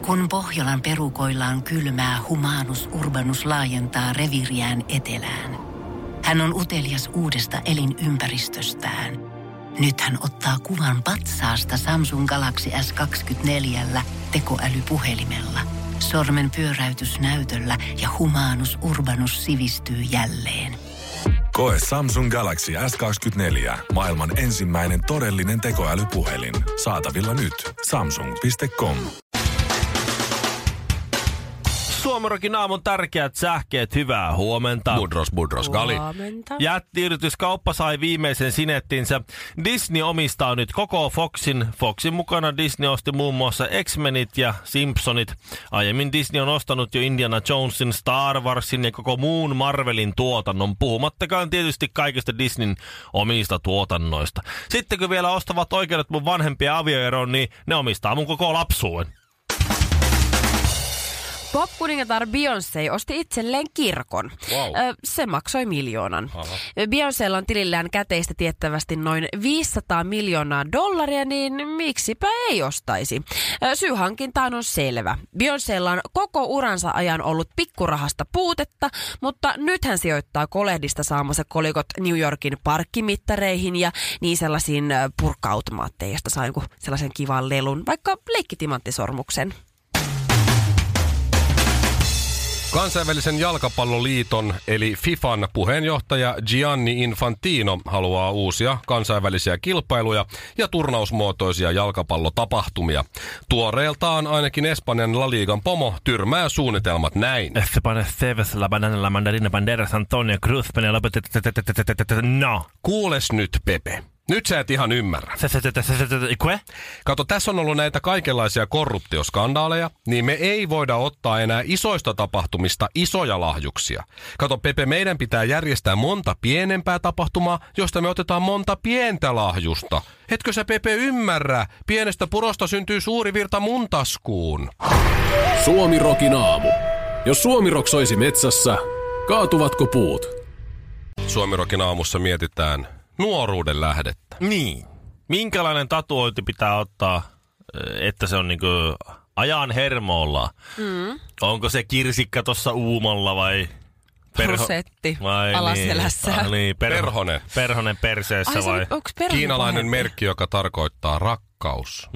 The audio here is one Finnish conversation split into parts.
Kun Pohjolan perukoillaan kylmää, Humanus Urbanus laajentaa reviiriään etelään. Hän on utelias uudesta elinympäristöstään. Nyt hän ottaa kuvan patsaasta Samsung Galaxy S24 tekoälypuhelimella. Sormen pyöräytys näytöllä ja Humanus Urbanus sivistyy jälleen. Koe Samsung Galaxy S24. Maailman ensimmäinen todellinen tekoälypuhelin. Saatavilla nyt. Samsung.com. Suomirokin aamun tärkeät sähkeet, hyvää huomenta. Budros, Gali. Jättiyrityskauppa sai viimeisen sinettinsä. Disney omistaa nyt koko Foxin. Foxin mukana Disney osti muun muassa X-Menit ja Simpsonit. Aiemmin Disney on ostanut jo Indiana Jonesin, Star Warsin ja koko muun Marvelin tuotannon. Puhumattakaan tietysti kaikista Disneyn omista tuotannoista. Sitten kun vielä ostavat oikeudet mun vanhempia avioeroon, niin ne omistaa mun koko lapsuuden. Pop-kuningatar Beyoncé osti itselleen kirkon. Wow. Se maksoi 1 miljoonan. Beyoncélla on tilillään käteistä tiettävästi noin $500 miljoonaa, niin miksipä ei ostaisi. Syy hankintaan on selvä. Beyoncélla on koko uransa ajan ollut pikkurahasta puutetta, mutta nyt hän sijoittaa kolehdista saamansa kolikot New Yorkin parkkimittareihin ja niin sellaisiin purkka-automaatteihin, josta saa sellaisen kivan lelun, vaikka leikkitimanttisormuksen. Kansainvälisen jalkapalloliiton eli FIFAn puheenjohtaja Gianni Infantino haluaa uusia kansainvälisiä kilpailuja ja turnausmuotoisia jalkapallotapahtumia. Tuoreeltaan ainakin Espanjan La Ligan pomo tyrmää suunnitelmat näin. No. Kuules nyt, Pepe. Nyt sä et ihan ymmärrä. Kato, tässä on ollut näitä kaikenlaisia korruptioskandaaleja, niin me ei voida ottaa enää isoista tapahtumista isoja lahjuksia. Kato, Pepe, meidän pitää järjestää monta pienempää tapahtumaa, josta me otetaan monta pientä lahjusta. Etkö sä, Pepe, ymmärrä? Pienestä purosta syntyy suuri virta mun taskuun. Suomirokin aamu. Jos Suomirok soisi metsässä, kaatuvatko puut? Suomirokin aamussa mietitään nuoruuden lähdettä. Niin. Minkälainen tatuointi pitää ottaa, että se on niinku ajan hermolla? Onko se kirsikka tossa uumalla vai Rusetti alaselässä. Niin, perhonen perseessä vai? Kiinalainen merkki, joka tarkoittaa rakkaus.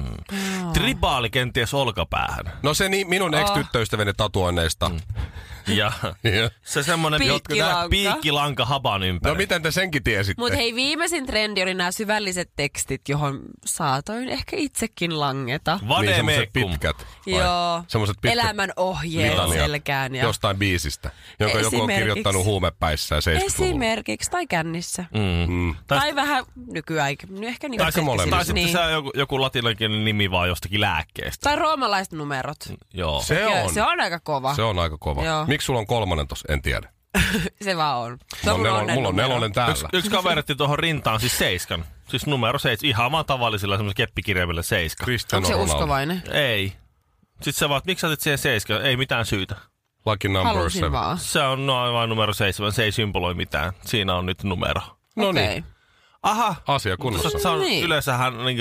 Tribaali kenties olkapäähän. No se minun ex-tyttöystäväni tatuoinneista. Ja se semmonen piikkilanka haban ympäri. No miten te senkin tiesitte? Mutta hei, viimeisin trendi oli nämä syvälliset tekstit, johon saatoin ehkä itsekin langeta. Niin semmoiset pitkät. Joo, elämän ohjeet selkään. Ja jostain biisistä, jonka joku on kirjoittanut huumepäissään 70-luvulla. Esimerkiksi, tai kännissä. Tai vähän nykyaikin. Ehkä niin tai sitten se on joku latinalainen nimi vaan jostakin lääkkeestä. Tai roomalaiset numerot. Joo. Se on aika kova. Se on aika kova. Joo. Miksi sulla on 3 tossa? En tiedä. Se vaan on. Mulla on 4 täällä. Yksi kaveretti tuohon rintaan siis 7. Siis numero 7. Ihan vaan tavallisilla semmoisella keppikirjaimilla 7. Onko se uskovainen? Ei. Sitten sä vaan, miksi sä otit siihen 7? Ei mitään syytä. Lucky number 7. Vaan. Se on vain numero 7. Se ei symboloi mitään. Siinä on nyt numero. No niin. Aha. Asia kunnossa. Se on yleensä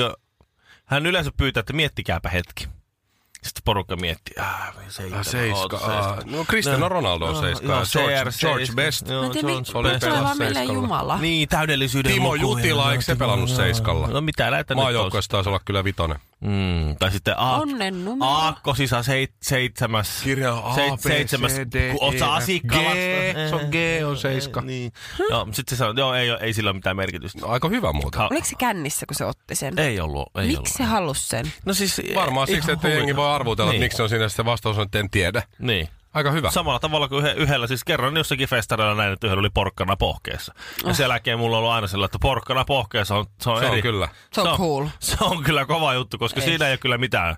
hän yleensä pyytää, että miettikääpä hetki. Sitten porukka miettii, 7. No Cristiano Ronaldo on 7. George Best. Oli pelannut 7. Niin, täydellisyyden Timo Jutila, eikö se pelannut 7? No mitä näitä nyt maajoukkueessa taisi olla kyllä 5. Tai sitten Aakkosisa 7. Kirja A, B, C, D, E, F, G. Se on G, on 7. Niin. Joo, sitten se on, ei sillä ole mitään merkitystä. Aika hyvä muuten. Oliko se kännissä, kun se otti sen? Ei ollut. Miksi se halusi sen? No siis varmaan siksi, että jengi voi arvutella, että miksi se on siinä, sitten vastaus on, että en tiedä. Niin. Aika hyvä. Samalla tavalla kuin yhdellä, siis kerran jossakin festareilla näin, että yhdellä oli porkkana pohkeessa. Ja sen jälkeen mulla on ollut aina sellainen, että porkkana pohkeessa se on eri. Kyllä. Se on cool. Se on kyllä kova juttu, koska siinä ei ole kyllä mitään.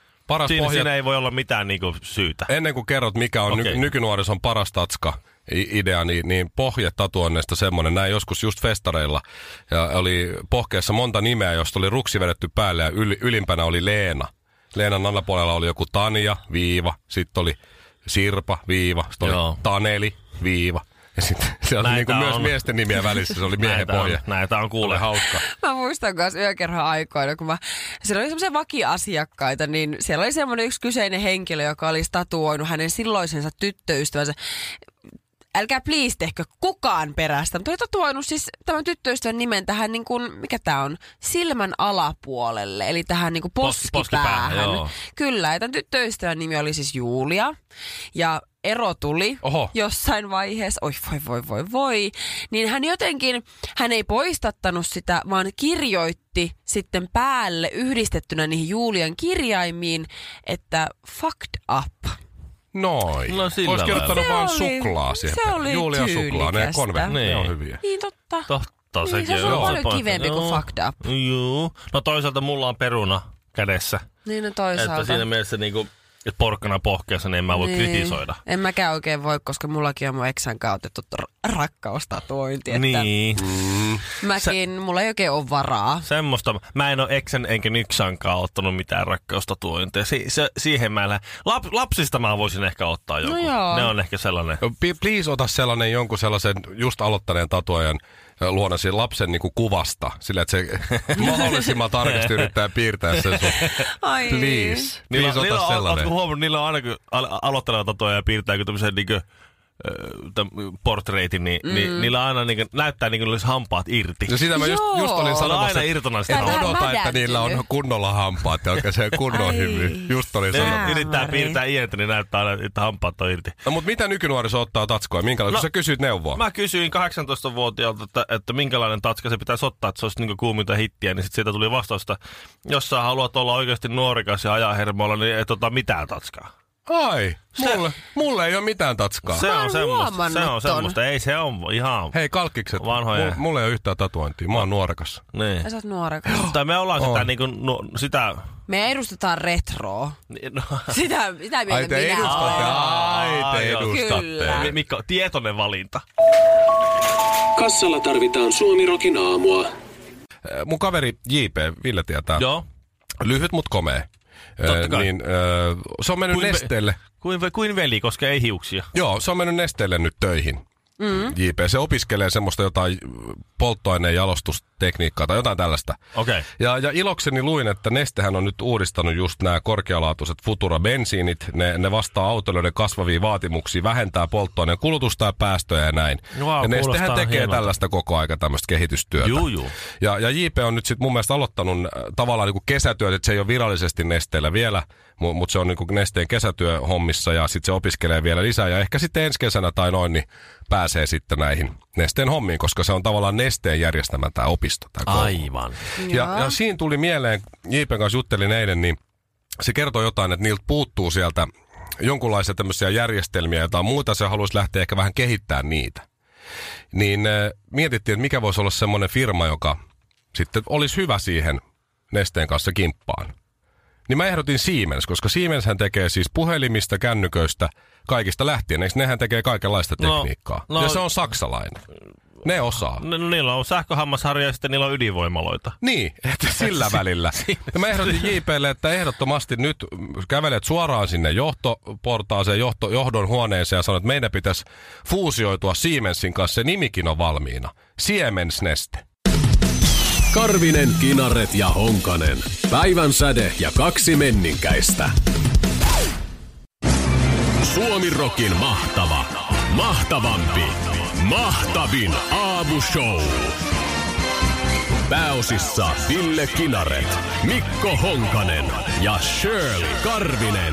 Siinä ei voi olla mitään niinku syytä. Ennen kuin kerrot, mikä on nykynuorison paras tatska-idea, niin pohjetatuonneista semmoinen, näin joskus just festareilla. Ja oli pohkeessa monta nimeä, josta oli ruksi vedetty päälle ja ylimpänä oli Leena. Leenan alapuolella oli joku Tanja, viiva, sitten oli Sirpa, viiva, sitten oli Taneli, viiva. Ja sitten siellä oli niinku myös miesten nimiä välissä, se oli miehen pohja. Näitä on kuule hauska. Mä muistan kanssa yökerhon aikoina, kun siellä oli semmoisia vakiasiakkaita, niin siellä oli semmoinen yksi kyseinen henkilö, joka oli tatuoinut hänen silloisensa tyttöystävänsä. Älkää please tehkö kukaan perästä, mutta oli tatuoinut siis tämän tyttöystävän nimen tähän niin kuin, mikä tää on, silmän alapuolelle, eli tähän niin kuin poskipäähän. Kyllä, ja tämän tyttöystävän nimi oli siis Julia, ja ero tuli jossain vaiheessa, voi, niin hän ei poistattanut sitä, vaan kirjoitti sitten päälle yhdistettynä niihin Julian kirjaimiin, että fucked up. Noin. No, olisi kirjoittanut vaan suklaa siihen. Se oli Julia suklaa, ne konvetti, ne on hyviä. Niin totta. Totta niin, sekin se on paljon kivempi kuin fucked up. Joo. No toisaalta mulla on peruna kädessä. Niin no toisaalta. Että siinä mielessä niinku, että porkkana pohkeessa, niin en mä voi kritisoida. En mäkään oikein voi, koska mullakin on mun eksän kautta rakkaustatuointi. Niin. Mulla ei oikein ole varaa. Semmoista. Mä en ole eksän enkä nyksankaan ottanut mitään rakkaustatuointia. Siihen mä en lähde. Lapsista mä voisin ehkä ottaa joku. No ne on ehkä sellainen. Please ota sellainen jonkun sellaisen just aloittaneen tatuojan luona sen lapsen niinku kuvasta. Sillä, että se mahdollisimman tarkasti yrittää piirtää sen sun. Ai. Please ota sellainen. Ootko huomannut, niillä on aina kun aloitteleva tatuoja ja piirtää joku tämmöisen niinku portreitin, niin niillä aina näyttää niin kuin olisi hampaat irti. Ja sitä mä just olin sanomassa, että odota, että niillä on kunnolla hampaat ja oikein se kunnon hymy. Just olin sanomassa. Yrittää piirtää ientä, niin näyttää aina, että hampaat on irti. No, mutta mitä nykynuoriso ottaa tatskoa? Minkälainen? Sä kysyit neuvoa. Mä kysyin 18-vuotiaalta, että minkälainen tatska se pitäisi ottaa, että se olisi niin kuuminta hittiä, niin sitten siitä tuli vastausta, jos sä haluat olla oikeasti nuorikas ja ajaa hermoilla, niin et ota mitään tatskaa. Ai, mulle ei ole mitään tatskaa. Se on semmoista. Ei se on ihan hei kalkkikset, vanhoja. Mulla ei ole yhtään tatuointia. Mä oon nuorekas. Niin. Sä oot nuorekas. Tai me ollaan sitä niinku sitä. Me edustetaan retroa. No. Sitä mieltä minä olen. Te edustatte. Kyllä. Mikko, tietoinen valinta. Kassalla tarvitaan Suomi-rokin aamua. Mun kaveri JP, Ville tietää. Joo. Lyhyt mut komea. Niin, se on mennyt Nesteelle. Kuin veli, koska ei hiuksia. Joo, se on mennyt Nesteelle nyt töihin. JP, se opiskelee semmoista jotain polttoaineen jalostustekniikkaa tai jotain tällaista. Okay. Ja ilokseni luin, että Nestehän on nyt uudistanut just nämä korkealaatuiset Futura-bensiinit. Ne vastaa autoilijoiden kasvaviin vaatimuksiin, vähentää polttoaineen kulutusta ja päästöjä ja näin. Wow, ja Nestehän tekee hienolta tällaista koko aika tämmöistä kehitystyötä. Juu. Ja JP on nyt sitten mun mielestä aloittanut tavallaan niinku kesätyöt, että se ei ole virallisesti Nesteellä vielä, mutta se on niinku Nesteen kesätyöhommissa ja sitten se opiskelee vielä lisää. Ja ehkä sitten ensi kesänä tai noin, niin pääsee sitten näihin Nesteen hommiin, koska se on tavallaan Nesteen järjestämä tämä opisto. Aivan. Ja siinä tuli mieleen, JP:n kanssa juttelin eilen, niin se kertoi jotain, että niiltä puuttuu sieltä jonkunlaisia tämmöisiä järjestelmiä, jotain muuta, se haluaisi lähteä ehkä vähän kehittämään niitä. Niin mietittiin, että mikä voisi olla semmoinen firma, joka sitten olisi hyvä siihen Nesteen kanssa kimppaan. Niin mä ehdotin Siemens, koska Siemenshän tekee siis puhelimista, kännyköistä, kaikista lähtien. Eikö nehän tekee kaikenlaista tekniikkaa? Ja se on saksalainen. Ne osaa. No, niillä on sähköhammasharja ja sitten niillä on ydinvoimaloita. Niin, että sillä välillä. Ja mä ehdotin JP:lle, että ehdottomasti nyt kävelet suoraan sinne johtoportaaseen, johdon huoneeseen ja sanot, että meidän pitäisi fuusioitua Siemensin kanssa. Se nimikin on valmiina. Siemens Neste. Karvinen, Kinaret ja Honkanen. Päivän säde ja kaksi menninkäistä. Suomi-rokin mahtavampi, mahtavin aamushow. Pääosissa Ville Kinaret, Mikko Honkanen ja Shirley Karvinen.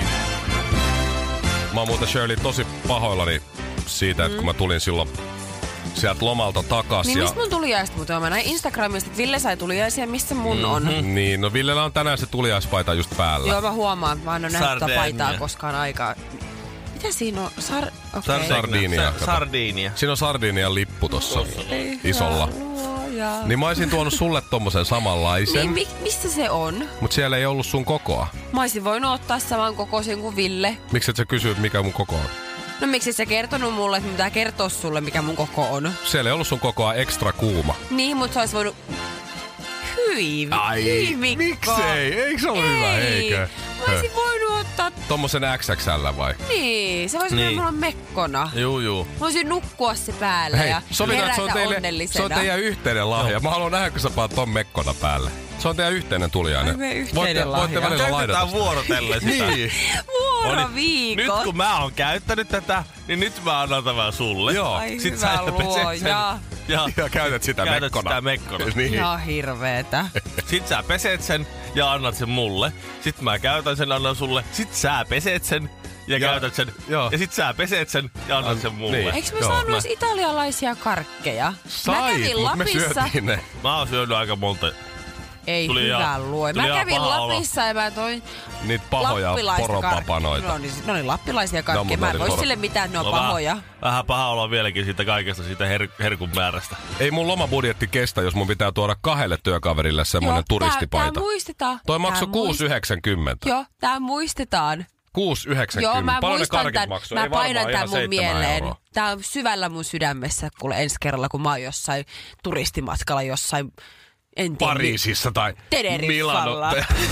Mä oon muuten Shirley tosi pahoillani siitä, että kun mä tulin silloin sieltä lomalta takas. Niin mistä mun tuliaista muuten on? Mä näin Instagramista, että Ville sai tuliaisia, missä mun on. Niin, no Villellä on tänään se tuliaispaita just päällä. Joo, mä huomaan. Mä en ole nähnyt tätä paitaa koskaan aikaa. Mitä siinä on? Sardinia. Siinä on Sardinian lippu tossa isolla. Niin mä olisin tuonut sulle tommosen samanlaisen. Niin, missä se on? Mut siellä ei ollut sun kokoa. Mä olisin voinut ottaa saman kokoisen kuin Ville. Miksi et sä kysyt, mikä mun koko on? No miksi sä kertonut mulle, että pitää kertoa sulle, mikä mun koko on? Siellä ei ollut sun kokoa ekstra kuuma. Niin, mutta sä ois voinut... Hyi, Mikko. Miksei? Eikö se ole hyvä, eikö? Mä olisin voinut Tommosen XXL vai? Niin, se voisi mennä mulla mekkona. Juu. Voisin nukkua se päällä ja herätä onnellisena. Se on teidän yhteinen lahja. Mä haluan nähdä, kun sä paat ton mekkona päälle. Se on teidän yhteinen tulijainen. Voitte välillä laidata. Käytetään vuorotellen sitä. Niin. Vuoroviikot. Nyt kun mä oon käyttänyt tätä, niin nyt mä annan tämän sulle. Joo. Ai sit hyvä luoja. Ja käytät sitä mekkona. Niin. Ihan hirveetä. Sit sä peset sen ja annat sen mulle. Sit mä käytän sen, annan sulle. Sit sä peset sen ja käytät sen. Joo. Ja sit sä peset sen ja annat sen mulle. Niin. Eikö me saanut italialaisia karkkeja? Sai, mä kävin Lapissa. Me syötiin ne. Mä oon syönyt aika monta. Ei hyvä luo. Mä kävin Lapissa ja mä toin niitä pahoja poropapanoita. No niin, lappilaisia karkkeja. Mä en voi sille mitään, että ne on pahoja. Vähän paha olla vieläkin siitä kaikesta, siitä herkun määrästä. Ei mun lomabudjetti kestä, jos mun pitää tuoda 2 työkaverille semmonen turistipaita. Tää muistetaan. Toi maksoi 6,90. Joo, tää muistetaan. 6,90. Joo, mä paljon muistan tän. Mä painan tän mun mieleen. Euroa. Tää on syvällä mun sydämessä, kuule ensi kerralla, kun mä oon jossain turistimatkalla jossain, en tiedä. Pariisissa tai Teneriffalla.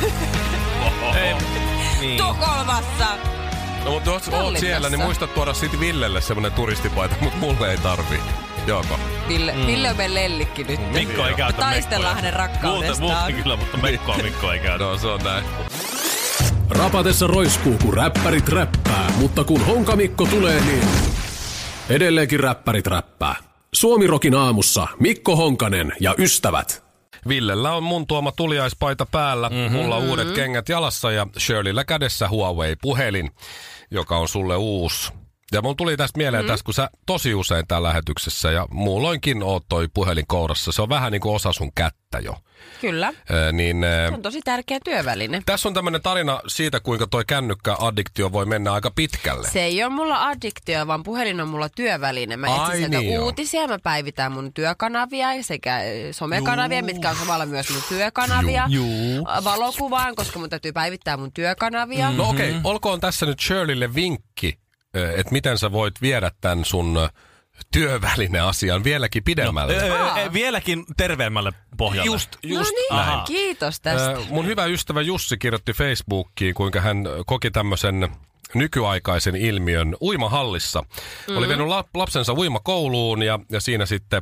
Niin. Tukholmassa. No, mutta jos oot siellä, niin muista tuoda sit Villelle semmonen turistipaita, mutta mulle ei tarvii. Joko? Ville on meidän lellikki nyt. Mikko ei käytä taistellaan hänen rakkaudestaan. Muuten kyllä, mutta Mikko ei käytä. No, se on näin. Rapatessa roiskuu, kun räppärit räppää, mutta kun Honkamikko tulee, niin edelleenkin räppärit räppää. Suomirokin aamussa Mikko Honkanen ja ystävät. Villellä on mun tuoma tuliaispaita päällä, mulla uudet kengät jalassa ja Shirleyllä kädessä Huawei-puhelin, joka on sulle uusi. Ja mun tuli tästä mieleen tässä, kun sä tosi usein täällä lähetyksessä ja muulloinkin oot toi puhelin kourassa. Se on vähän niin kuin osa sun kättä jo. Kyllä. Se on tosi tärkeä työväline. Tässä on tämmönen tarina siitä, kuinka toi kännykkäaddiktio voi mennä aika pitkälle. Se ei ole mulla addiktio, vaan puhelin on mulla työväline. Mä etsin sieltä uutisia, mä päivitän mun työkanavia sekä somekanavia, mitkä on samalla myös mun työkanavia. Valokuvaan, koska mun täytyy päivittää mun työkanavia. No okei, olkoon tässä nyt Shirleylle vinkki, että miten sä voit viedä tän sun työvälineasian vieläkin pidemmälle. Vieläkin terveemmälle pohjalle. Just no niin, näin. Kiitos tästä. Mun hyvä ystävä Jussi kirjoitti Facebookiin, kuinka hän koki tämmöisen nykyaikaisen ilmiön uimahallissa. Oli vienyt lapsensa uimakouluun ja siinä sitten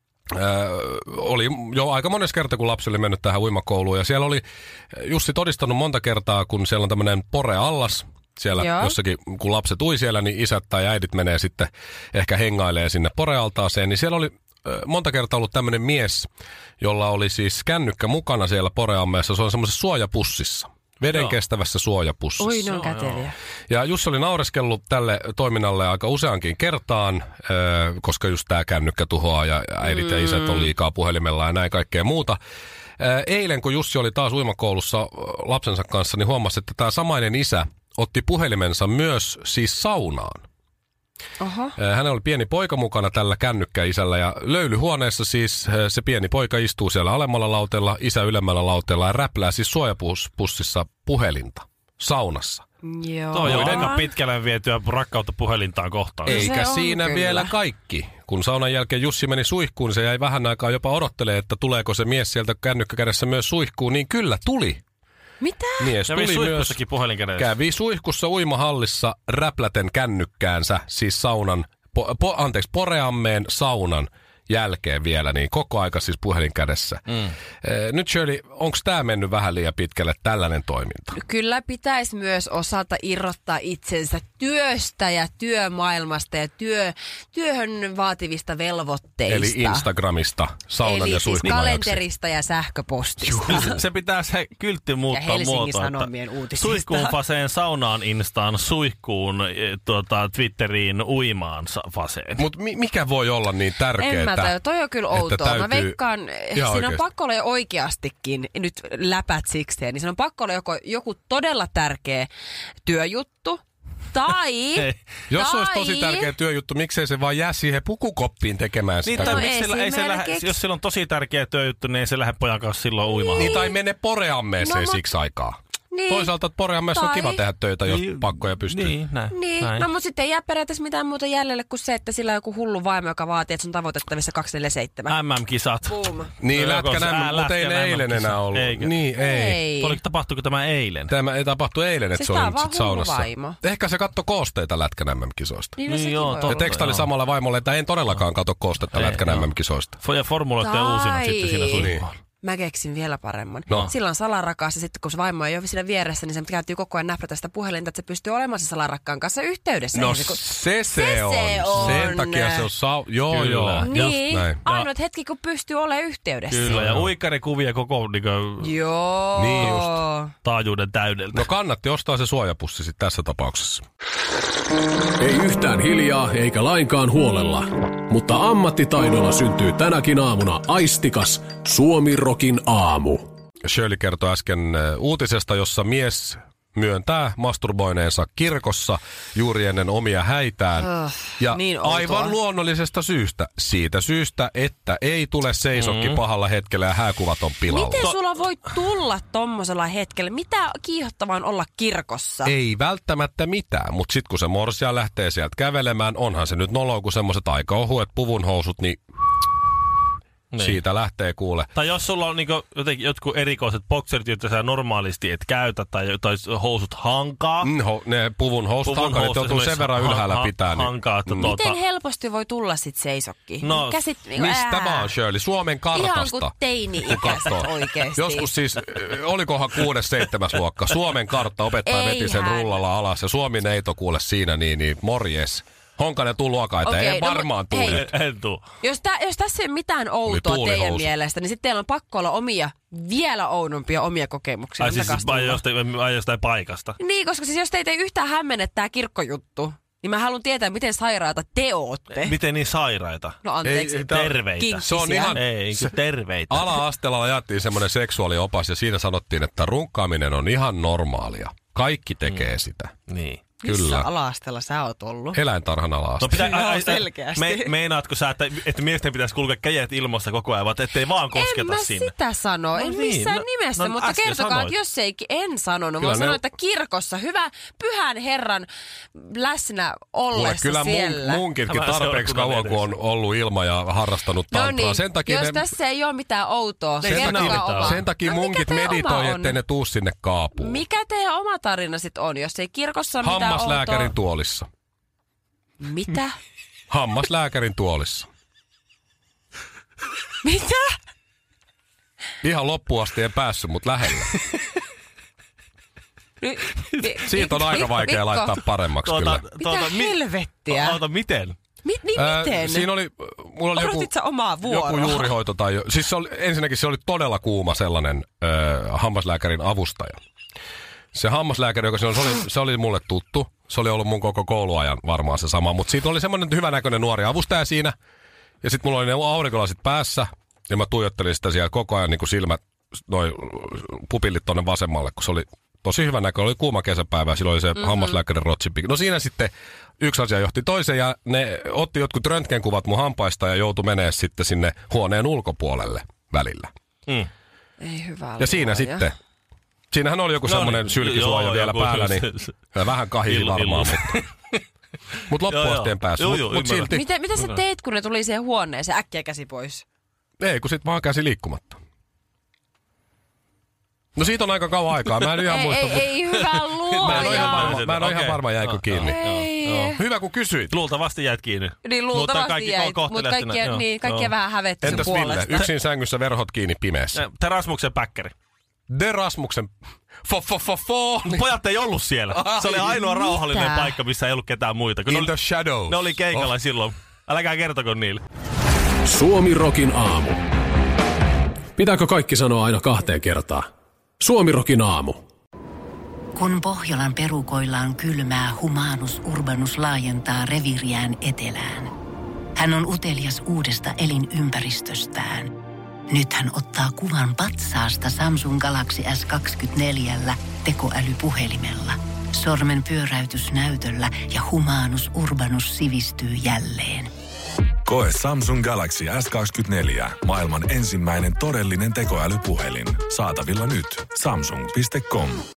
oli jo aika monessa kertaa, kun lapsi oli mennyt tähän uimakouluun. Ja siellä oli Jussi todistanut monta kertaa, kun siellä on tämmöinen poreallas. Siellä jossakin, kun lapset ui siellä, niin isät tai äidit menee sitten ehkä hengailee sinne porealtaaseen. Niin siellä oli monta kertaa ollut tämmöinen mies, jolla oli siis kännykkä mukana siellä poreammeessa. Se on semmoisessa suojapussissa. Vedenkestävässä suojapussissa. Oi, ne on käteviä. Ja Jussi oli naureskellut tälle toiminnalle aika useankin kertaan, koska just tämä kännykkä tuhoaa ja äidit ja isät on liikaa puhelimella ja näin kaikkea muuta. Eilen, kun Jussi oli taas uimakoulussa lapsensa kanssa, niin huomasi, että tämä samainen isä otti puhelimensa myös siis saunaan. Oho. Hänellä oli pieni poika mukana tällä kännykkäisällä ja löylyhuoneessa siis se pieni poika istuu siellä alemmalla lauteella, isä ylemmällä lauteella ja räplää siis suojapussissa puhelinta saunassa. Joo. Toi on aika pitkälle vietyä rakkautta puhelintaan kohtaan. Eikä siinä kyllä vielä kaikki. Kun saunan jälkeen Jussi meni suihkuun, niin se jäi vähän aikaa jopa odottelemaan, että tuleeko se mies sieltä kännykkäkädessä myös suihkuun, niin kyllä tuli. Mitä? Mies tuli myös, kävi suihkussa uimahallissa räpläten kännykkäänsä, siis saunan, poreammeen saunan jälkeen vielä, niin koko aika siis puhelin kädessä. Nyt Shirley, onko tämä mennyt vähän liian pitkälle tällainen toiminta? Kyllä pitäisi myös osata irrottaa itsensä työstä ja työmaailmasta ja työhön vaativista velvoitteista. Eli Instagramista, saunan ja suihkun ajaksi. kalenterista ja sähköpostista. Se pitää se kyltti muuttaa ja Helsingin muotoa. Sanomien uutisista. Suihkuun faseen saunaan instaan, suihkuun Twitteriin uimaan faseen. Mutta mikä voi olla niin tärkeää? Toi on kyllä outoa. Mä veikkaan, siinä on pakko olla oikeastikin nyt läpät sikseen, niin siinä on pakko olla joku todella tärkeä työjuttu. Tai... Jos olisi tosi tärkeä työjuttu, miksei se vaan jää siihen pukukoppiin tekemään sitä? Jos sillä on tosi tärkeä työjuttu, niin ei se lähde pojan kanssa silloin uimaan. Niin, tai mene poreammeeseen siksi aikaa. Niin. Toisaalta Porehammeessa on kiva tehdä töitä, jos pakkoja pystyy. Niin. No mutta sitten ei jää periaatteessa mitään muuta jäljelle kuin se, että sillä on joku hullu vaimo, joka vaatii, että se on tavoitettavissa 247. MM-kisat. Boom. Niin, lätkän mutta ei ne eilen enää ollut. Eikö? Niin, ei. Tapahtuiko tämä eilen? Tämä ei tapahtu eilen, että se oli nyt sit saunassa. Vaimo. Ehkä se katsoi koosteita lätkän MM-kisoista. Niin joo, ja tekstaili samalle vaimolle, että en todellakaan katso koostetta lätkän MM-kisoista. Ja formuloiden uusimmat sitten siinä suunnilleen. Mä keksin vielä paremman. No. Silloin salarakas ja sitten kun se vaimo ei ole siinä vieressä, niin se täytyy koko ajan näprätä sitä puhelinta, että se pystyy olemaan se salarakkaan kanssa yhteydessä. No se on. Sen takia se on Joo. Niin, ainoat hetki kun pystyy olemaan yhteydessä. Kyllä, ja uikkarikuvia koko Joo. Niin just. Taajuuden täydeltä. No kannatti ostaa se suojapussi sitten tässä tapauksessa. Ei yhtään hiljaa eikä lainkaan huolella, mutta ammattitaidolla syntyy tänäkin aamuna aistikas Suomi-rokin aamu. Shirley kertoi äsken uutisesta, jossa mies myöntää masturboineensa kirkossa juuri ennen omia häitään. Ja niin aivan luonnollisesta syystä. Siitä syystä, että ei tule seisokki pahalla hetkellä ja hääkuvat on pilalla. Miten sulla voi tulla tommosella hetkellä? Mitä kiihottavaa on olla kirkossa? Ei välttämättä mitään, mutta sit kun se morsia lähtee sieltä kävelemään, onhan se nyt noloa, kun semmoset aika ohuet puvunhousut, niin siitä lähtee kuule. Tai jos sulla on niinku jotenkin jotkut erikoiset bokserit, joita sä normaalisti et käytä, tai housut hankaa. Ne puvun housut hankaa, ne joutuu sen verran ylhäällä pitää. Hankaa, miten helposti voi tulla sit seisokki? No, mistä vaan, Shirley? Suomen kartasta. Ihan kuin teini-ikäiset oikeesti. Joskus siis, olikohan 6-7 luokka, Suomen kartta, opettaja veti sen rullalla alas, ja Suomi-neito kuule siinä, niin morjes. Honkanen tuu luokaa eteen, ei varmaan tuu. En tuu. Jos tässä ei ole mitään outoa teidän mielestä, niin sitten teillä on pakko olla omia, vielä oudompia omia kokemuksia. Ai siis jostain paikasta. Niin, koska siis jos teitä ei yhtään hämmennä tää kirkkojuttu, niin mä haluan tietää, miten sairaita te ootte. Miten niin sairaita? No anteeksi. Ei, terveitä. Kinkkisiä. Se on ihan terveitä. Ala-asteella jaettiin semmoinen seksuaaliopas ja siinä sanottiin, että runkkaaminen on ihan normaalia. Kaikki tekee sitä. Niin. Kyllä. Missä ala-asteella sä oot ollut? Eläintarhan ala-asteella. No selkeästi. Meinaatko sä, että miesten pitäisi kulkea kädet ilmassa koko ajan, vaan ettei vaan kosketa sinne? En mä sitä sano, en missään nimessä, mutta kertokaa, että jos ei, en sanonut. Mä sanoin, että kirkossa hyvä pyhän Herran läsnä ollessa kyllä siellä. Kyllä munkitkin tarpeeksi kauan, kun on ollut ilma ja harrastanut tantraa. No niin, jos tässä ei ole mitään outoa, kertokaa oma. Sen takia munkit meditoi, ettei ne tuu sinne kaapuun. Mikä teidän oma tarina sit on, jos ei kirkossa ole mitään Hammaslääkärin tuolissa. Mitä? Hammaslääkärin tuolissa. Mitä? Ihan loppuun asti en päässyt, mutta lähellä. Siitä on aika vaikea laittaa paremmaksi kyllä. Mitä helvettiä? Miten? Miten? Siinä oli, mulla oli joku juurihoito tai siis ensinnäkin se oli todella kuuma sellainen hammaslääkärin avustaja. Se hammaslääkäri, joka se oli mulle tuttu. Se oli ollut mun koko kouluajan varmaan se sama. Mutta siitä oli semmoinen hyvänäköinen nuori avustaja siinä. Ja sitten mulla oli ne aurinkolasit päässä. Ja mä tuijottelin sitä siellä koko ajan niin kuin silmät, noi pupillit tonne vasemmalle. Kun se oli tosi hyvänäköinen. Oli kuuma kesäpäivä ja silloin oli se hammaslääkärin rotsipikki. No siinä sitten yksi asia johti toiseen. Ja ne otti jotkut röntgenkuvat mun hampaista ja joutui menemään sitten sinne huoneen ulkopuolelle välillä. Ei hyvä. Ja siinä sitten... Siinähän oli joku semmoinen sylkisuoja vielä päällä, niin vähän kahisi varmaan, mutta loppuasti en päässyt. Mut silti. Mitä sä teit, kun ne tuli siihen huoneeseen? Äkkiä käsi pois? Ei, kun sit vaan käsi liikkumatta. No siitä on aika kauan aikaa. Mä en ihan muista. Ei hyvä luoja. Mä en ole ihan varma jäikö kiinni. Hyvä kun kysyit. Luultavasti jäit kiinni. Niin luultavasti jäit, mutta kaikkia vähän hävetti sun puolesta. Entäs Ville? Yksin sängyssä verhot kiinni pimeässä. Te Rasmuksen päkkäri. De Rasmuksen... Pojat ei ollut siellä. Se oli ainoa rauhallinen paikka, missä ei ollut ketään muita. In the shadows. Ne oli keikalla silloin. Äläkää kertoko niille. Suomi-rokin aamu. Pitääkö kaikki sanoa aina 2 kertaa? Suomi-rokin aamu. Kun Pohjolan perukoillaan kylmää, Humanus Urbanus laajentaa reviiriään etelään. Hän on utelias uudesta elinympäristöstään. Nyt hän ottaa kuvan patsaasta Samsung Galaxy S24 tekoälypuhelimella. Sormen pyöräytys näytöllä ja Humanus Urbanus sivistyy jälleen. Koe Samsung Galaxy S24. Maailman ensimmäinen todellinen tekoälypuhelin. Saatavilla nyt. Samsung.com.